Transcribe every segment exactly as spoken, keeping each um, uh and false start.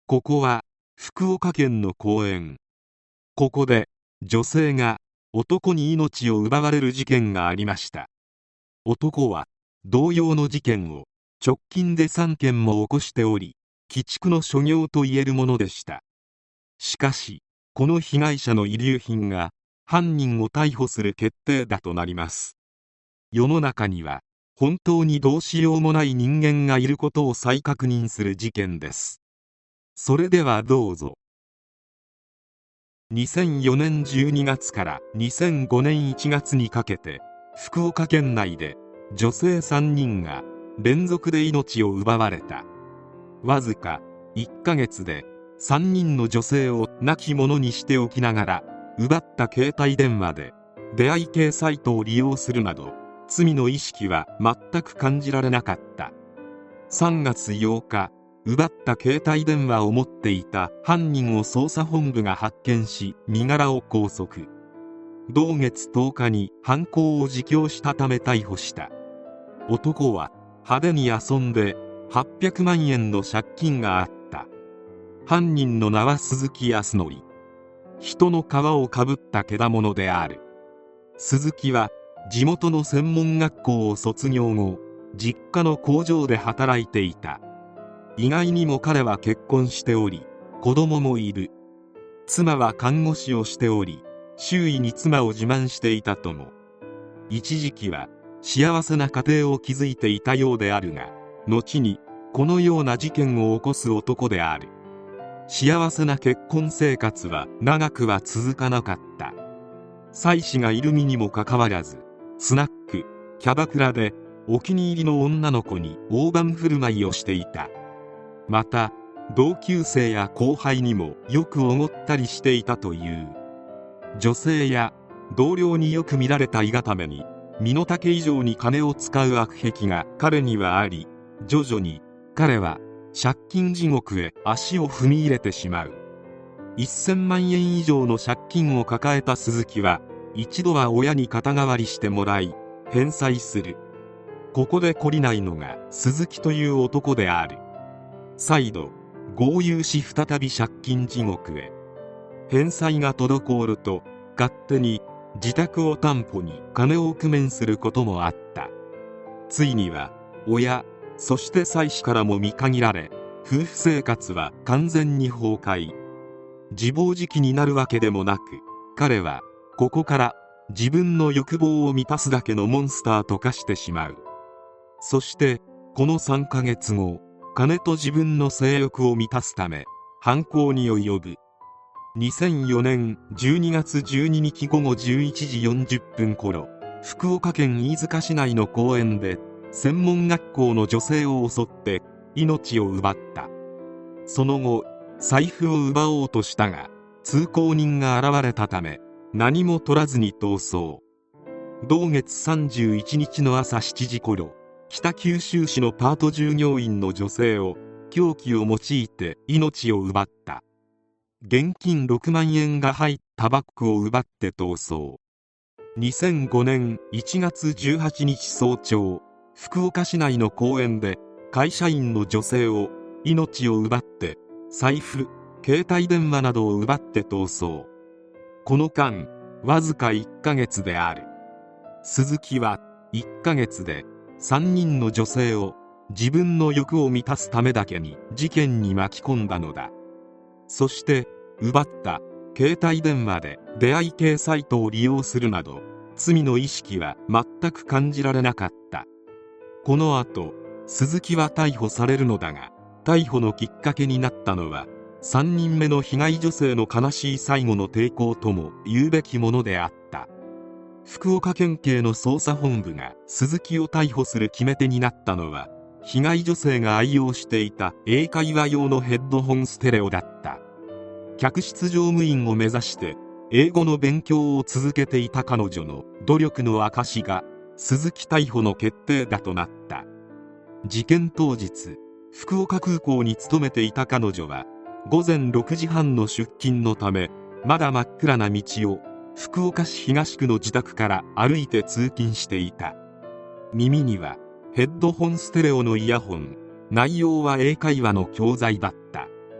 ここは福岡県の公園。ここで女性が男に命を奪われる事件がありました。男は同様の事件を直近でさんけんも起こしており、鬼畜の所業と言えるものでした。しかしこの被害者の遺留品が犯人を逮捕する決定打となります。世の中には本当にどうしようもない人間がいることを再確認する事件です。それではどうぞ。にせんよねんじゅうにがつからにせんごねんいちがつにかけて、福岡県内で女性さんにんが連続で命を奪われた。わずかいっかげつでさんにんの女性を亡き者にしておきながら、奪った携帯電話で出会い系サイトを利用するなど、罪の意識は全く感じられなかった。さんがつようか、奪った携帯電話を持っていた犯人を捜査本部が発見し、身柄を拘束。同月とおかに犯行を自供したため逮捕した。男は派手に遊んではっぴゃくまんえんの借金があった。犯人の名は鈴木康則。人の皮をかぶった獣である。鈴木は地元の専門学校を卒業後、実家の工場で働いていた。意外にも彼は結婚しており、子供もいる。妻は看護師をしており、周囲に妻を自慢していたとも。一時期は幸せな家庭を築いていたようであるが、後にこのような事件を起こす男である。幸せな結婚生活は長くは続かなかった。妻子がいる身にもかかわらず、スナック、キャバクラでお気に入りの女の子に大盤振る舞いをしていた。また同級生や後輩にもよくおごったりしていたという。女性や同僚によく見られたいがために、身の丈以上に金を使う悪癖が彼にはあり、徐々に彼は借金地獄へ足を踏み入れてしまう。せんまんえん以上の借金を抱えた鈴木は、一度は親に肩代わりしてもらい返済する。ここで懲りないのが鈴木という男である。再度豪遊し、再び借金地獄へ。返済が滞ると勝手に自宅を担保に金を工面することもあった。ついには親、そして妻子からも見限られ、夫婦生活は完全に崩壊。自暴自棄になるわけでもなく、彼はここから自分の欲望を満たすだけのモンスターと化してしまう。そしてこのさんかげつご、金と自分の性欲を満たすため犯行に及ぶ。にせんよねんじゅうにがつじゅうににちごごじゅういちじよんじゅっぷん頃、福岡県飯塚市内の公園で専門学校の女性を襲って命を奪った。その後財布を奪おうとしたが、通行人が現れたため何も取らずに逃走。同月さんじゅういちにちの朝しちじ頃、北九州市のパート従業員の女性を凶器を用いて命を奪った。現金ろくまんえんが入ったバッグを奪って逃走。にせんごねんいちがつじゅうはちにち早朝、福岡市内の公園で会社員の女性を命を奪って、財布、携帯電話などを奪って逃走。この間わずかいっかげつである。鈴木はいっかげつでさんにんの女性を自分の欲を満たすためだけに事件に巻き込んだのだ。そして奪った携帯電話で出会い系サイトを利用するなど、罪の意識は全く感じられなかった。この後鈴木は逮捕されるのだが、逮捕のきっかけになったのはさんにんめの被害女性の悲しい最後の抵抗とも言うべきものであった。福岡県警の捜査本部が鈴木を逮捕する決め手になったのは、被害女性が愛用していた英会話用のヘッドホンステレオだった。客室乗務員を目指して英語の勉強を続けていた彼女の努力の証が鈴木逮捕の決定打となった。事件当日、福岡空港に勤めていた彼女はごぜんろくじはんの出勤のため、まだ真っ暗な道を福岡市東区の自宅から歩いて通勤していた。耳にはヘッドホンステレオのイヤホン、内容は英会話の教材だった。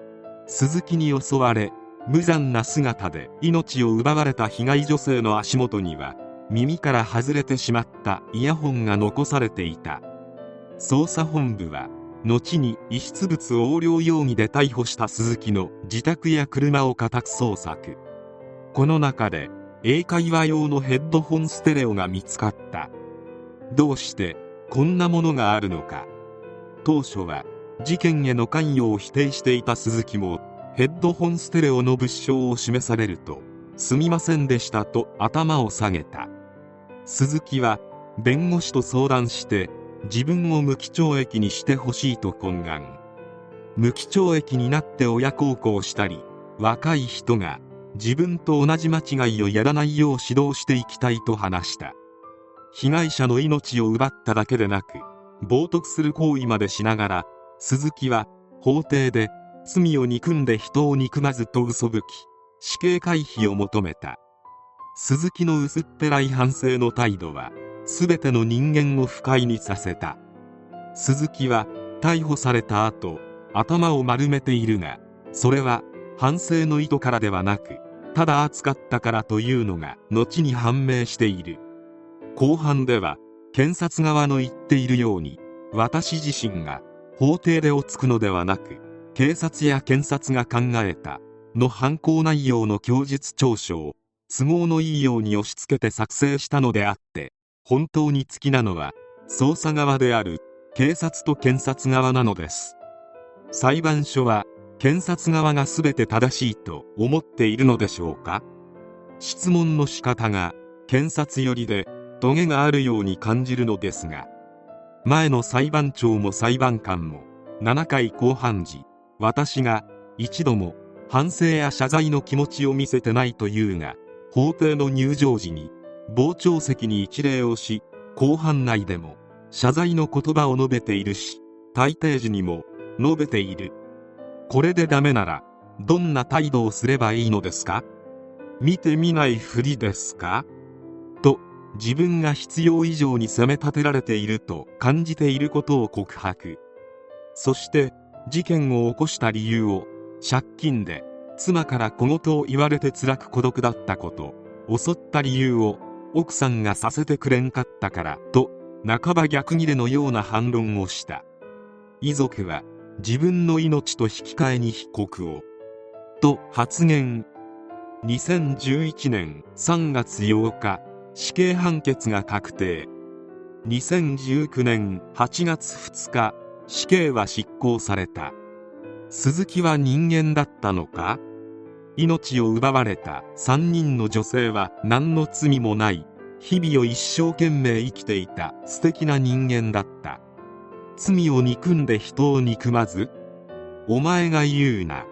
鈴木に襲われ無残な姿で命を奪われた被害女性の足元には耳から外れてしまったイヤホンが残されていた。捜査本部は後に遺失物横領容疑で逮捕した鈴木の自宅や車を家宅捜索。この中で英会話用のヘッドホンステレオが見つかった。どうしてこんなものがあるのか。当初は事件への関与を否定していた鈴木もヘッドホンステレオの物証を示されるとすみませんでしたと頭を下げた。鈴木は弁護士と相談して自分を無期懲役にしてほしいと懇願。無期懲役になって親孝行したり、若い人が自分と同じ間違いをやらないよう指導していきたいと話した。被害者の命を奪っただけでなく冒涜する行為までしながら、鈴木は法廷で罪を憎んで人を憎まずと嘘吹き死刑回避を求めた。鈴木の薄っぺらい反省の態度は全ての人間を不快にさせた。鈴木は逮捕された後頭を丸めているが、それは反省の意図からではなくただ熱かったからというのが後に判明している。公判では検察側の言っているように、私自身が法廷でをつくのではなく警察や検察が考えたの犯行内容の供述調書を都合のいいように押し付けて作成したのであって、本当に好きなのは捜査側である警察と検察側なのです。裁判所は検察側が全て正しいと思っているのでしょうか。質問の仕方が検察寄りでトゲがあるように感じるのですが、前の裁判長も裁判官もななかい公判時、私が一度も反省や謝罪の気持ちを見せてないというが、法廷の入場時に傍聴席に一礼をし、公判内でも謝罪の言葉を述べているし、退廷時にも述べている。これでダメならどんな態度をすればいいのですか。見てみないふりですかと自分が必要以上に責め立てられていると感じていることを告白。そして事件を起こした理由を借金で妻から小言を言われて辛く孤独だったこと、襲った理由を奥さんがさせてくれんかったからと半ば逆ギレのような反論をした。遺族は自分の命と引き換えに被告をと発言。にせんじゅういちねんさんがつようか死刑判決が確定。にせんじゅうきゅうねんはちがつふつか死刑は執行された。鈴木は人間だったのか。命を奪われたさんにんの女性は何の罪もない日々を一生懸命生きていた素敵な人間だった。罪を憎んで人を憎まず、お前が言うな。